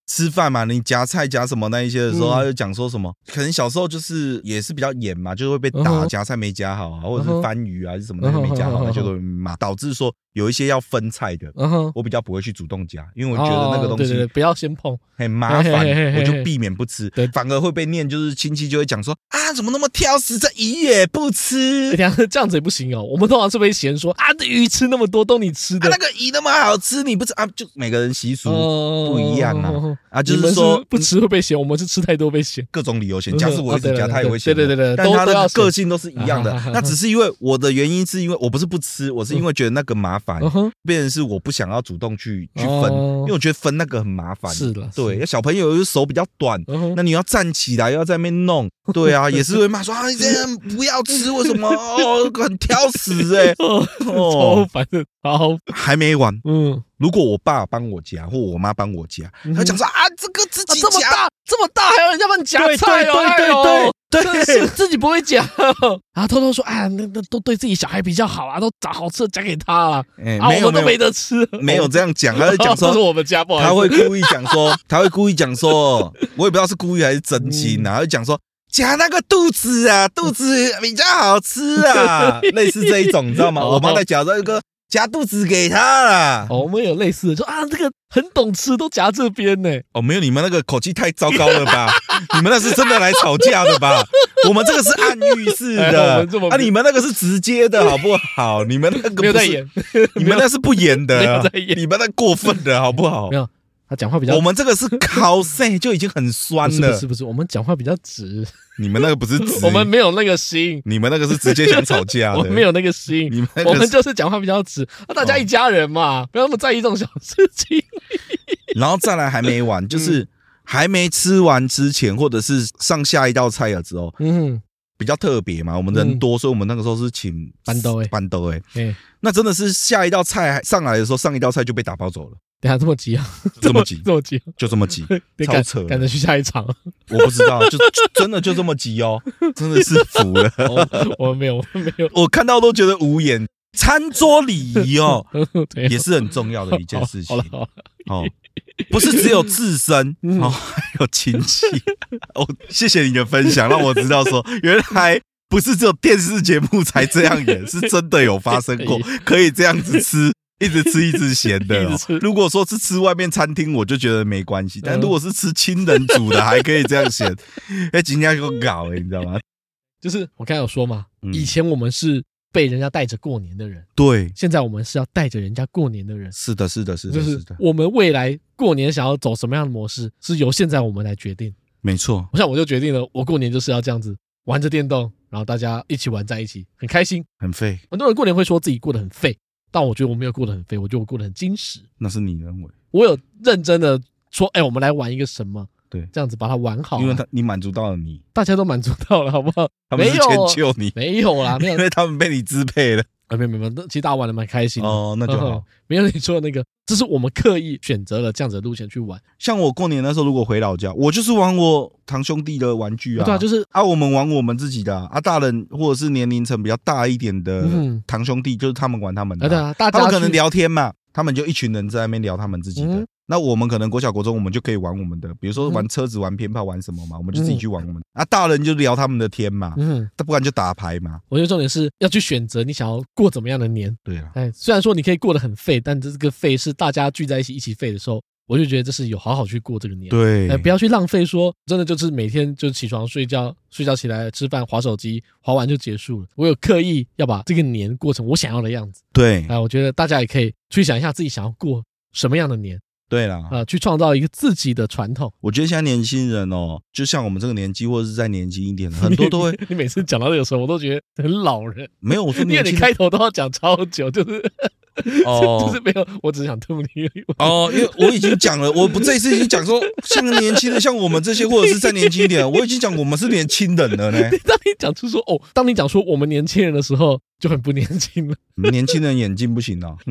[SPEAKER 1] 吃饭嘛，你夹菜夹什么那一些的时候，嗯、他就讲说什么，可能小时候就是也是比较严嘛，就是会被打，嗯、夹菜没夹好啊，或者是翻鱼啊，还是什么东西没夹好，那就会骂，导致说有一些要分菜的，嗯、我比较不会去主动夹，因为我觉得那个东西、哦、对对对不
[SPEAKER 2] 要先碰，
[SPEAKER 1] 很麻烦，嘿嘿嘿嘿我就避免不吃，对，反而会被念，就是亲戚就会讲说啊，怎么那么挑食，这鱼也不吃，
[SPEAKER 2] 这样子也不行哦。我们通常是被嫌说啊，这鱼吃那么多都你吃的，
[SPEAKER 1] 啊、那个鱼那么好吃你不吃啊，就每个人习俗不一样啊。哦啊，就是说
[SPEAKER 2] 是不吃会被嫌，我们是吃太多被嫌，
[SPEAKER 1] 各种理由嫌。假使我一直夹，他也会嫌。
[SPEAKER 2] 对对对对，
[SPEAKER 1] 但他的个性都是一样的。那只是因为我的原因，是因为我不是不吃，我是因为觉得那个麻烦，变成是我不想要主动去去分，因为我觉得分那个很麻烦。
[SPEAKER 2] 是的，
[SPEAKER 1] 对，小朋友有手比较短，那你要站起来，要在那边弄，对啊，也是会骂说啊，你这样不要吃，为什么？哦，很挑食哎，
[SPEAKER 2] 哦，超烦的。好，
[SPEAKER 1] 还没完，嗯。如果我爸帮我夹，或我妈帮我夹，他讲说啊，这个自己夹、啊、
[SPEAKER 2] 这么大，这么大还要人家帮你夹菜哦，
[SPEAKER 1] 对对对对对，
[SPEAKER 2] 自己不会夹，然后偷偷说啊，那那都对自己小孩比较好啊，都找好吃的夹给他啊，欸、啊我们都没得吃，
[SPEAKER 1] 没有这样讲，他就讲说，
[SPEAKER 2] 这是我们家不好意思，
[SPEAKER 1] 他会故意讲说，他会故意讲说，我也不知道是故意还是真心啊，他就讲说。夹那个肚子啊，肚子比较好吃啊，类似这一种，你知道吗？我妈在夹这个夹肚子给他啦。
[SPEAKER 2] 哦，我们有类似的，说啊，这个很懂吃，都夹这边呢。
[SPEAKER 1] 哦，没有，你们那个口气太糟糕了吧？你们那是真的来吵架的吧？我们这个是暗喻式的，啊，你们那个是直接的，好不好？你们那个不是
[SPEAKER 2] 没有在演，
[SPEAKER 1] 你们那是不演的，
[SPEAKER 2] 没有在演，
[SPEAKER 1] 你们那过分的好不好？
[SPEAKER 2] 没有。他讲话比较，
[SPEAKER 1] 我们这个是烤塞就已经很酸了，
[SPEAKER 2] 不是不是，我们讲话比较直，
[SPEAKER 1] 你们那个不是直，
[SPEAKER 2] 我们没有那个心，
[SPEAKER 1] 你们那个是直接想吵架的，
[SPEAKER 2] 我们没有那个心，你们那个我们就是讲话比较直，啊、大家一家人嘛，哦、不要那么在意这种小事情。
[SPEAKER 1] 然后再来还没完，就是还没吃完之前，或者是上下一道菜了之后，嗯，比较特别嘛，我们人多，嗯、所以我们那个时候是请
[SPEAKER 2] 班兜诶，
[SPEAKER 1] 班兜诶，欸、那真的是下一道菜上来的时候，上一道菜就被打包走了。
[SPEAKER 2] 等下这么急啊？
[SPEAKER 1] 这么急，
[SPEAKER 2] 这么急，
[SPEAKER 1] 就这么急，超扯，
[SPEAKER 2] 赶着去下一场。
[SPEAKER 1] 我不知道，就真的就这么急哦，真的是服了。
[SPEAKER 2] 我, 我没有，我没有，
[SPEAKER 1] 我看到都觉得无言。餐桌礼仪哦，也是很重要的一件事情。
[SPEAKER 2] 好了好了，
[SPEAKER 1] 哦，不是只有自身哦，还有亲戚。哦，谢谢你的分享，让我知道说，原来不是只有电视节目才这样演，是真的有发生过，可以这样子吃。一直吃一直咸的、哦，如果说是吃外面餐厅，我就觉得没关系。但如果是吃亲人煮的，还可以这样咸，哎，今天就搞哎，你知道吗？
[SPEAKER 2] 就是我刚才有说嘛，嗯、以前我们是被人家带着过年的人，
[SPEAKER 1] 对，
[SPEAKER 2] 现在我们是要带着人家过年的人。
[SPEAKER 1] 是的，是的，是的，
[SPEAKER 2] 就是我们未来过年想要走什么样的模式，是由现在我们来决定。
[SPEAKER 1] 没错，
[SPEAKER 2] 我想我就决定了，我过年就是要这样子玩着电动，然后大家一起玩在一起，很开心，
[SPEAKER 1] 很废。
[SPEAKER 2] 很多人过年会说自己过得很废。但我觉得我没有过得很废，我觉得我过得很精实。
[SPEAKER 1] 那是你认为？
[SPEAKER 2] 我有认真的说，哎、欸，我们来玩一个什么？
[SPEAKER 1] 对，
[SPEAKER 2] 这样子把它玩好、啊。
[SPEAKER 1] 因为他你满足到了你，
[SPEAKER 2] 大家都满足到了，好不好？
[SPEAKER 1] 他们是迁就你，
[SPEAKER 2] 没有啦，没有，
[SPEAKER 1] 因为他们被你支配了。
[SPEAKER 2] 啊，没有没有，其实大家玩的蛮开心的
[SPEAKER 1] 哦，那就好、
[SPEAKER 2] 嗯。没有你说的那个，这是我们刻意选择了这样子的路线去玩。
[SPEAKER 1] 像我过年那时候，如果回老家，我就是玩我堂兄弟的玩具啊，
[SPEAKER 2] 对啊，就是
[SPEAKER 1] 啊，我们玩我们自己的啊，啊大人或者是年龄层比较大一点的堂兄弟，就是他们玩他们的、啊，
[SPEAKER 2] 对啊，大家
[SPEAKER 1] 他们可能聊天嘛，他们就一群人在那边聊他们自己的。嗯，那我们可能国小国中我们就可以玩我们的，比如说玩车子、玩鞭炮、玩什么嘛，我们就自己去玩我们。啊，大人就聊他们的天嘛，嗯，不然就打牌嘛。
[SPEAKER 2] 我觉得重点是要去选择你想要过怎么样的年。
[SPEAKER 1] 对啊，
[SPEAKER 2] 哎，虽然说你可以过得很废，但这个废是大家聚在一起一起废的时候，我就觉得这是有好好去过这个年。
[SPEAKER 1] 对，
[SPEAKER 2] 哎，不要去浪费说，真的就是每天就起床睡觉，睡觉起来吃饭滑手机，滑完就结束了。我有刻意要把这个年过成我想要的样子。
[SPEAKER 1] 对，
[SPEAKER 2] 哎，我觉得大家也可以去想一下自己想要过什么样的年。
[SPEAKER 1] 对啦，
[SPEAKER 2] 啊、呃，去创造一个自己的传统。
[SPEAKER 1] 我觉得现在年轻人哦，就像我们这个年纪，或者是再年轻一点的，很多都会。
[SPEAKER 2] 你每次讲到这个时候，我都觉得很老人。
[SPEAKER 1] 没有，我说
[SPEAKER 2] 年轻人，因为你开头都要讲超久，就是哦，就是没有，我只是想吐你而已。
[SPEAKER 1] 哦，因为我已经讲了，我不这一次已经讲说，像年轻人，像我们这些，或者是再年轻一点，我已经讲我们是年轻人了呢。
[SPEAKER 2] 当你讲出说哦，当你讲说我们年轻人的时候，就很不年轻了。
[SPEAKER 1] 年轻人眼睛不行哦。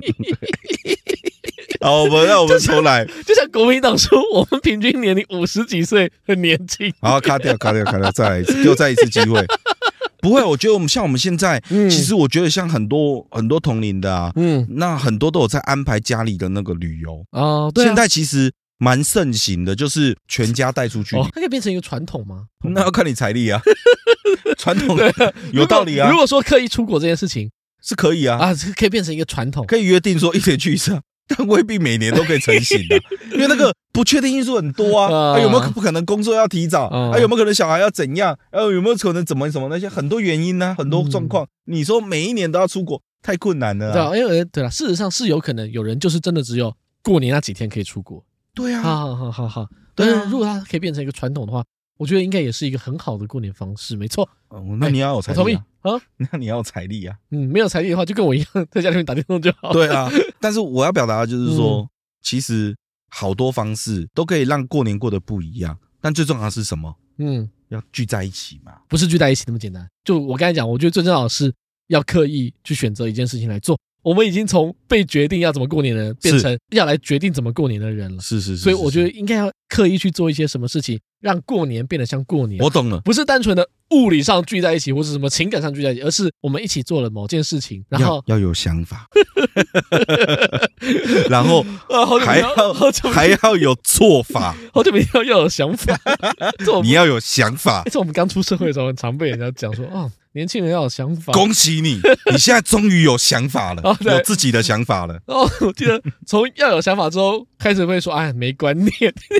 [SPEAKER 1] 好，我们让我们重来，
[SPEAKER 2] 就像国民党说，我们平均年龄五十几岁，很年轻。
[SPEAKER 1] 好，卡掉，卡掉，卡掉，再来一次，又再一次机会。不会，我觉得我们像我们现在，嗯、其实我觉得像很多很多同龄的啊，嗯，那很多都有在安排家里的那个旅游哦。对、啊，现在其实蛮盛行的，就是全家带出去。
[SPEAKER 2] 哦，它可以变成一个传统吗？
[SPEAKER 1] 那要看你财力啊。传统有道理啊。
[SPEAKER 2] 如果说刻意出国这件事情
[SPEAKER 1] 是可以啊，
[SPEAKER 2] 啊，可以变成一个传统，
[SPEAKER 1] 可以约定说一年去一次，但未必每年都可以成型的，因为那个不确定因素很多啊。啊有没有不可能工作要提早？啊有没有可能小孩要怎样？啊有没有可能怎么什么那些很多原因呢？很多状况，你说每一年都要出国，太困难了。
[SPEAKER 2] 对啊，因为对了，事实上是有可能有人就是真的只有过年那几天可以出国。
[SPEAKER 1] 对啊，
[SPEAKER 2] 好好好好，但是如果它可以变成一个传统的话，我觉得应该也是一个很好的过年方式，没错。
[SPEAKER 1] 哦，那你要有财力、啊，
[SPEAKER 2] 我同意啊。
[SPEAKER 1] 那你要有财力啊。
[SPEAKER 2] 嗯，没有财力的话，就跟我一样，在家里面打电动就好。
[SPEAKER 1] 对啊，但是我要表达的就是说，嗯、其实好多方式都可以让过年过得不一样，但最重要的是什么？嗯，要聚在一起嘛，
[SPEAKER 2] 不是聚在一起那么简单。就我刚才讲，我觉得最重要的是要刻意去选择一件事情来做。我们已经从被决定要怎么过年的人，变成要来决定怎么过年的人了。
[SPEAKER 1] 是是是，
[SPEAKER 2] 所以我觉得应该要刻意去做一些什么事情，让过年变得像过年。
[SPEAKER 1] 我懂了，
[SPEAKER 2] 不是单纯的物理上聚在一起，或是什么情感上聚在一起，而是我们一起做了某件事情，然后
[SPEAKER 1] 要, 要有想法，然后还要还要有做法。
[SPEAKER 2] 好久没听到要有想法，
[SPEAKER 1] 你要有想法。
[SPEAKER 2] 这我们刚出社会的时候，很常被人家讲说啊。年轻人要有想法，
[SPEAKER 1] 恭喜你！你现在终于有想法了，哦、有自己的想法了。
[SPEAKER 2] 哦，我记得从要有想法之后，开始会说，哎，没观念。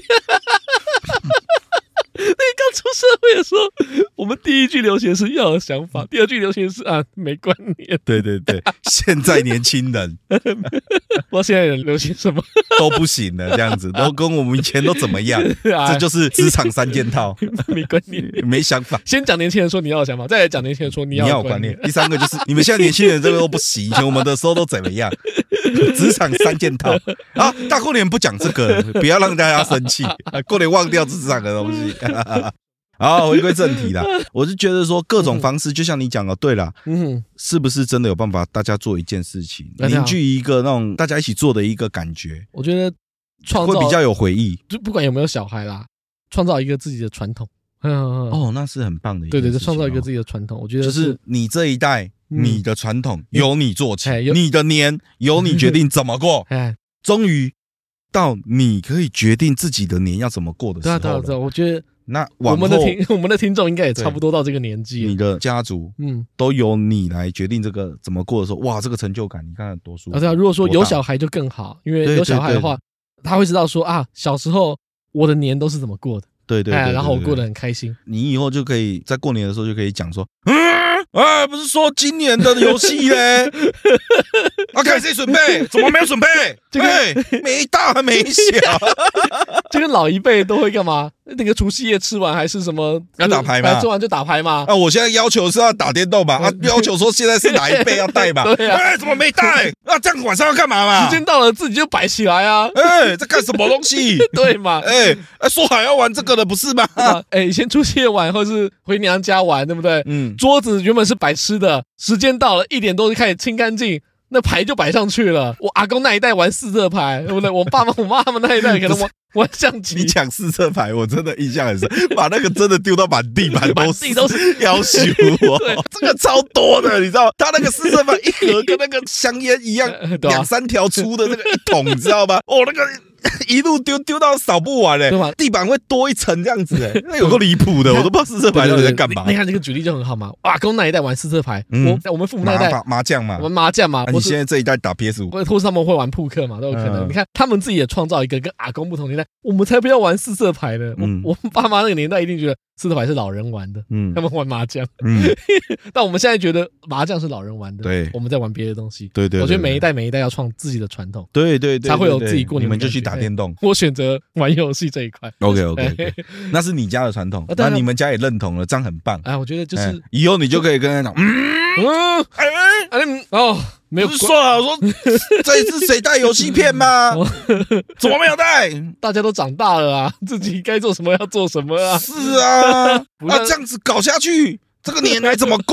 [SPEAKER 2] 那个刚出社会的时候，我们第一句流行是要有想法，第二句流行是啊没观念。
[SPEAKER 1] 对对对，现在年轻人，
[SPEAKER 2] 不知道现在人流行什么
[SPEAKER 1] 都不行了，这样子都跟我们以前都怎么样？这就是职场三件套，
[SPEAKER 2] 没观念，
[SPEAKER 1] 没想法。
[SPEAKER 2] 先讲年轻人说你要有想法，再来讲年轻人说你要有观念。
[SPEAKER 1] 第三个就是你们现在年轻人这个都不行，以前我们的时候都怎么样？职场三件套啊！大过年不讲这个，不要让大家生气。过年忘掉职场的东西。好，回归正题啦。我是觉得说各种方式，就像你讲的，对啦，嗯，是不是真的有办法大家做一件事情，凝聚一个那种大家一起做的一个感觉？
[SPEAKER 2] 我觉得创造
[SPEAKER 1] 会比较有回忆，
[SPEAKER 2] 就不管有没有小孩啦，创造一个自己的传统。
[SPEAKER 1] 哦，那是很棒的一件事情。
[SPEAKER 2] 对对对，创造一个自己的传统，我觉得
[SPEAKER 1] 就是你这一代。你的传统由你做起，你的年由你决定怎么过，终于到你可以决定自己的年要怎么过的时候了。对啊，对啊，
[SPEAKER 2] 我觉得
[SPEAKER 1] 那
[SPEAKER 2] 我们的听我们的听众应该也差不多到这个年纪，
[SPEAKER 1] 你的家族嗯都由你来决定这个怎么过的时候，哇，这个成就感你看多舒服。
[SPEAKER 2] 啊，对啊，如果说有小孩就更好，因为有小孩的话，他会知道说啊，小时候我的年都是怎么过的，
[SPEAKER 1] 对对对，
[SPEAKER 2] 然后我过得很开心。
[SPEAKER 1] 你以后就可以在过年的时候就可以讲说，嗯。啊，不是说今年的游戏嘞？啊，看谁准备？怎么没有准备？这个没大没小，
[SPEAKER 2] 这个老一辈都会干嘛？那个除夕夜吃完还是什么？
[SPEAKER 1] 要打牌嘛？
[SPEAKER 2] 吃完就打牌嘛？
[SPEAKER 1] 啊，我现在要求是要打电动嘛？啊，要求说现在是哪一辈要带嘛？对啊，哎，怎么没带？啊，这样晚上要干嘛嘛？
[SPEAKER 2] 时间到了自己就摆起来啊！
[SPEAKER 1] 哎，在干什么东西？
[SPEAKER 2] 对嘛？
[SPEAKER 1] 哎，说好要玩这个的不是吗？
[SPEAKER 2] 哎，以前除夕夜玩或是回娘家玩，对不对？嗯，桌子原本是摆吃的，时间到了一点多就开始清干净。那牌就摆上去了。我阿公那一代玩四色牌，对不对？我爸妈、我妈他们那一代可能玩玩象棋。
[SPEAKER 1] 你讲四色牌，我真的印象很深，把那个真的丢到满地板都是，
[SPEAKER 2] 都是
[SPEAKER 1] 要求我。这个超多的，你知道，他那个四色牌一盒跟那个香烟一样，两三条粗的那个一桶，你知道吗？哦，那个。一路丢丢到扫不完嘞、欸，地板会多一层这样子哎、欸，那有够离谱的，我都不知道四色牌到底在干嘛。
[SPEAKER 2] 你看这个举例就很好嘛，阿公那一代玩四色牌，嗯、我我们父母那一代
[SPEAKER 1] 麻将嘛，
[SPEAKER 2] 玩麻将嘛，
[SPEAKER 1] 啊、你现在这一代打 P S 五，
[SPEAKER 2] 或是他们会玩扑克嘛，都有可能。嗯、你看他们自己也创造一个跟阿公不同年代，我们才不要玩四色牌的。嗯、我我爸妈那个年代一定觉得四色牌是老人玩的，嗯，他们玩麻将，嗯，但我们现在觉得麻将是老人玩的，对，我们在玩别的东西，
[SPEAKER 1] 对 对, 对, 对，
[SPEAKER 2] 我觉得每一代每一代要创自己的传统，
[SPEAKER 1] 对对 对, 对，
[SPEAKER 2] 才会有自己过年。
[SPEAKER 1] 你们就去打电动，
[SPEAKER 2] 我选择玩游戏这一块。
[SPEAKER 1] OK OK，, okay 那是你家的传统，那你们家也认同了，这样很棒。
[SPEAKER 2] 哎，我觉得就是、欸、
[SPEAKER 1] 以后你就可以跟他讲，嗯嗯，哎
[SPEAKER 2] 哎哦。没有
[SPEAKER 1] 不是说好说这一次谁带游戏片吗？怎么没有带？
[SPEAKER 2] 大家都长大了啊，自己该做什么要做什么啊。
[SPEAKER 1] 是啊，啊这样子搞下去，这个年还怎么过？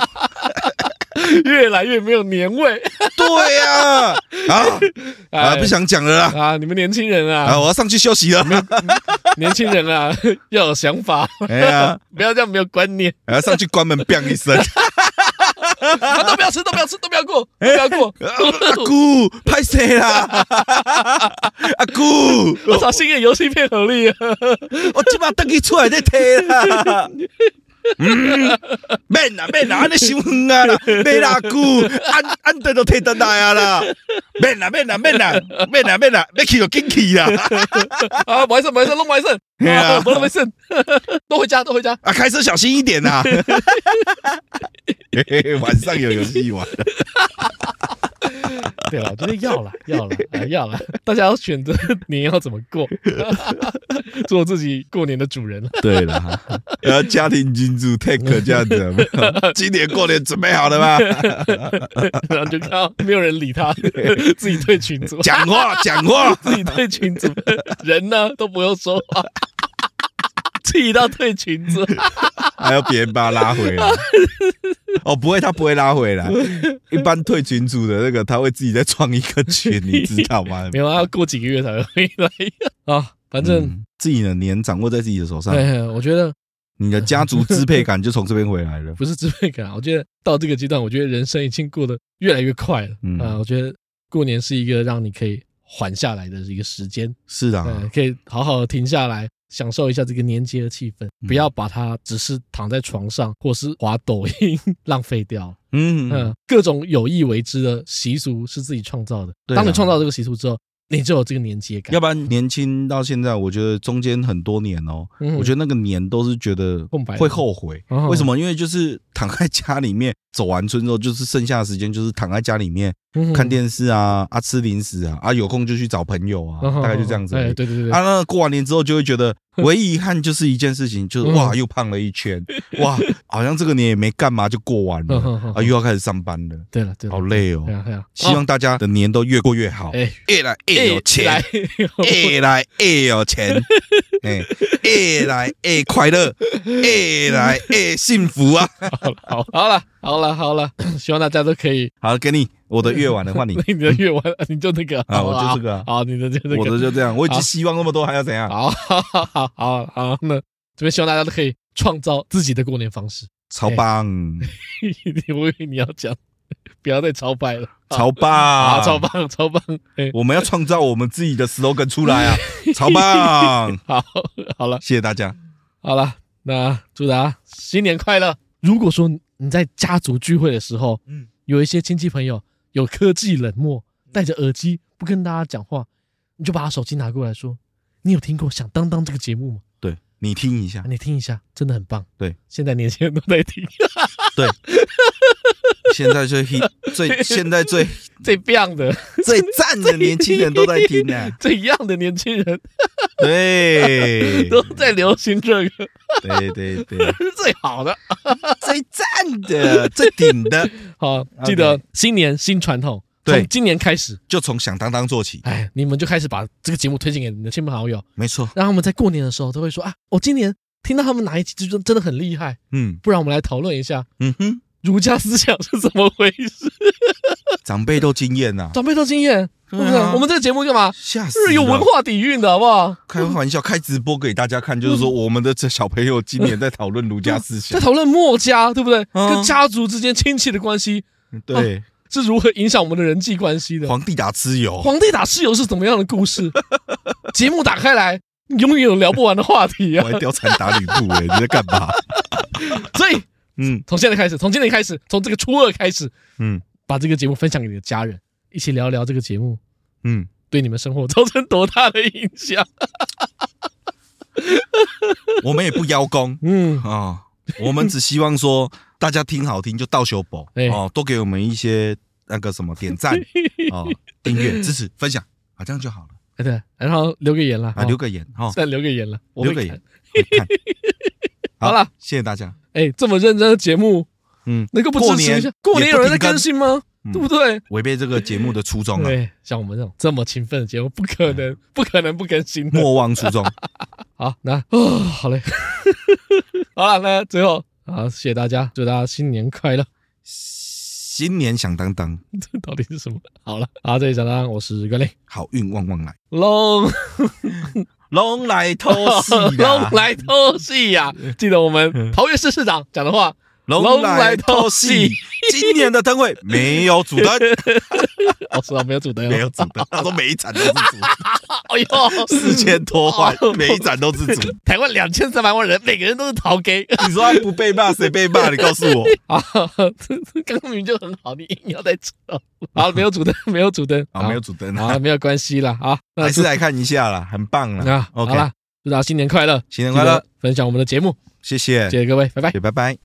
[SPEAKER 2] 越来越没有年味。
[SPEAKER 1] 对呀、啊，啊啊不想讲了啦
[SPEAKER 2] 啊！你们年轻人啊，
[SPEAKER 1] 啊我要上去休息了。
[SPEAKER 2] 年轻人啊，要有想法，哎呀，不要这样没有观念。
[SPEAKER 1] 还要上去关门，砰一声。
[SPEAKER 2] 啊，都不要吃，都不要吃，都不要过，都不要过。
[SPEAKER 1] 阿姑，拍谁啦？阿姑，
[SPEAKER 2] 我操，新的游戏片合力啊！
[SPEAKER 1] 我即马等佢出来再睇啦。嗯，免啦免啦，安尼伤远啊啦，免啦姑，安安得都睇得来啊啦。免啦免啦免啦免啦免啦，要去就紧去啦。
[SPEAKER 2] 啊，没事没事，弄没事，啊，没事没事，都回家都回家
[SPEAKER 1] 啊，开车小心一点呐。晚上有游戏玩。
[SPEAKER 2] 对了，就是要了，要了，啊、要了，大家要选择年要怎么过，做自己过年的主人。
[SPEAKER 1] 对了，然后家庭金主 take 这样子，今年过年准备好了吗？
[SPEAKER 2] 然后就看到没有人理他，自己退群组，
[SPEAKER 1] 讲话讲话，
[SPEAKER 2] 自己退群组，人呢都不用说话。气到退群组，
[SPEAKER 1] 还要别人把他拉回来。哦，不会，他不会拉回来。一般退群组的那个，他会自己再创一个群，你知道吗？
[SPEAKER 2] 没有，要过几个月才会回来啊。反正、
[SPEAKER 1] 嗯、自己的年掌握在自己的手上。
[SPEAKER 2] 对，我觉得
[SPEAKER 1] 你的家族支配感就从这边回来了。
[SPEAKER 2] 不是支配感，我觉得到这个阶段，我觉得人生已经过得越来越快了。嗯啊，我觉得过年是一个让你可以缓下来的一个时间。
[SPEAKER 1] 是的、啊，
[SPEAKER 2] 可以好好的停下来。享受一下这个年节的气氛，不要把它只是躺在床上或是滑抖音浪费掉。嗯嗯，各种有意为之的习俗是自己创造的。当你创造这个习俗之后，你就有这个年节感。
[SPEAKER 1] 要不然年轻到现在，我觉得中间很多年哦，嗯、我觉得那个年都是觉得会后悔。哦、为什么？因为就是躺在家里面，走完春之后，就是剩下的时间就是躺在家里面。看电视啊，啊吃零食啊，啊有空就去找朋友啊，大概就这样子。
[SPEAKER 2] 对对对对。
[SPEAKER 1] 啊，那过完年之后就会觉得，唯一遗憾就是一件事情，就是哇又胖了一圈，哇好像这个年也没干嘛就过完了，啊又要开始上班了。
[SPEAKER 2] 对了对了，
[SPEAKER 1] 好累哦。希望大家的年都越过越好，越来越有钱，越来越有钱，越来越快乐，越来越幸福啊！
[SPEAKER 2] 好，好了，好了，好了，希望大家都可以。
[SPEAKER 1] 好，给你。我的月碗的换你，
[SPEAKER 2] 你的月碗你就那个
[SPEAKER 1] 啊，我就这个啊，
[SPEAKER 2] 好，你的就这个，
[SPEAKER 1] 我的就这样，我已经希望那么多，还要怎样？
[SPEAKER 2] 好，好，好，好，好，那这边希望大家都可以创造自己的过年方式，
[SPEAKER 1] 超棒！
[SPEAKER 2] 我以为你要讲，不要再超拜了，
[SPEAKER 1] 超棒，
[SPEAKER 2] 超棒，超棒！
[SPEAKER 1] 我们要创造我们自己的 slogan 出来啊，超棒！
[SPEAKER 2] 好，好了，
[SPEAKER 1] 谢谢大家。
[SPEAKER 2] 好了，那祝大家新年快乐！如果说你在家族聚会的时候，嗯，有一些亲戚朋友。有科技冷漠，戴着耳机不跟大家讲话，你就把他手机拿过来说：“你有听过《响当当》这个节目吗？”
[SPEAKER 1] 对，你听一下，
[SPEAKER 2] 你听一下，真的很棒。
[SPEAKER 1] 对，
[SPEAKER 2] 现在年轻人都在听。
[SPEAKER 1] 对，现在最最现在最
[SPEAKER 2] 最棒的、
[SPEAKER 1] 最赞的年轻人都在听呢、啊，
[SPEAKER 2] 最样的年轻人，
[SPEAKER 1] 对，
[SPEAKER 2] 都在流行这个。
[SPEAKER 1] 对对对，
[SPEAKER 2] 最好的、
[SPEAKER 1] 最赞的、最顶的。
[SPEAKER 2] 好，记得新年新传统，从今年开始
[SPEAKER 1] 就从响当当做起。
[SPEAKER 2] 哎，你们就开始把这个节目推荐给你的亲朋好友，
[SPEAKER 1] 没错，
[SPEAKER 2] 让他们在过年的时候都会说啊，我今年听到他们哪一集就真的很厉害。嗯，不然我们来讨论一下，嗯哼，儒家思想是怎么回事？
[SPEAKER 1] 长辈都经验呐，
[SPEAKER 2] 长辈都经验。对不对？我们这个节目干嘛？
[SPEAKER 1] 吓死了！
[SPEAKER 2] 是有文化底蕴的，好不好？
[SPEAKER 1] 开玩笑，开直播给大家看，就是说我们的这小朋友今年在讨论儒家思想，
[SPEAKER 2] 在讨论墨家，对不对？跟家族之间亲戚的关系，
[SPEAKER 1] 对，
[SPEAKER 2] 是如何影响我们的人际关系的？
[SPEAKER 1] 皇帝打蚩尤，
[SPEAKER 2] 皇帝打蚩尤是怎么样的故事？节目打开来，永远有聊不完的话题啊！
[SPEAKER 1] 我还貂蝉打吕布，哎，你在干嘛？
[SPEAKER 2] 所以，嗯，从现在开始，从今年开始，从这个初二开始，嗯，把这个节目分享给你的家人，一起聊聊这个节目，嗯。对你们生活造成多大的影响？
[SPEAKER 1] 我们也不邀功，嗯啊、哦，我们只希望说大家听好听就到手宝哦，多给我们一些那个什么点赞哦、订阅、支持、分享啊，这样就好了。
[SPEAKER 2] 哎对，然后留个言了
[SPEAKER 1] 啊，留个言哈，
[SPEAKER 2] 再留个言了，
[SPEAKER 1] 留个言会看。
[SPEAKER 2] 好了，
[SPEAKER 1] 谢谢大家。
[SPEAKER 2] 哎，这么认真的节目，嗯，能够不支持一下？过年有人在更新吗？对不对？
[SPEAKER 1] 违背这个节目的初衷啊！
[SPEAKER 2] 对，像我们这种这么勤奋的节目，不可能，不可能不更新的。
[SPEAKER 1] 莫忘初衷。
[SPEAKER 2] 好，那哦，好嘞。好了，那最后好，谢谢大家，祝大家新年快乐，
[SPEAKER 1] 新年响当当。
[SPEAKER 2] 这到底是什么？好了，好，这里响当当，我是关磊，
[SPEAKER 1] 好运旺旺来，
[SPEAKER 2] 龙
[SPEAKER 1] 龙来偷戏，
[SPEAKER 2] 龙来偷戏呀！记得我们桃园市市长讲的话。
[SPEAKER 1] 龙来偷戏， 今年的灯会没有主灯。
[SPEAKER 2] 哦，是啊，没有主灯，
[SPEAKER 1] 没有主灯。他说每一场都是主。
[SPEAKER 2] 哎呦，
[SPEAKER 1] 四千多万，每一场都是主。
[SPEAKER 2] 台湾两千三百万人，每个人都是逃给。
[SPEAKER 1] 你说他不被骂，谁被骂？你告诉我。
[SPEAKER 2] 啊，刚刚明明就很好，你硬要再扯。好，没有主灯，没有主灯，
[SPEAKER 1] 啊，没有主灯，
[SPEAKER 2] 啊，没有关系啦，好，
[SPEAKER 1] 还是来看一下啦，很棒啦。
[SPEAKER 2] 啊，好啦，祝大家新年快乐，
[SPEAKER 1] 新年快乐，
[SPEAKER 2] 分享我们的节目，
[SPEAKER 1] 谢谢，
[SPEAKER 2] 谢谢各位，拜拜，
[SPEAKER 1] 拜拜。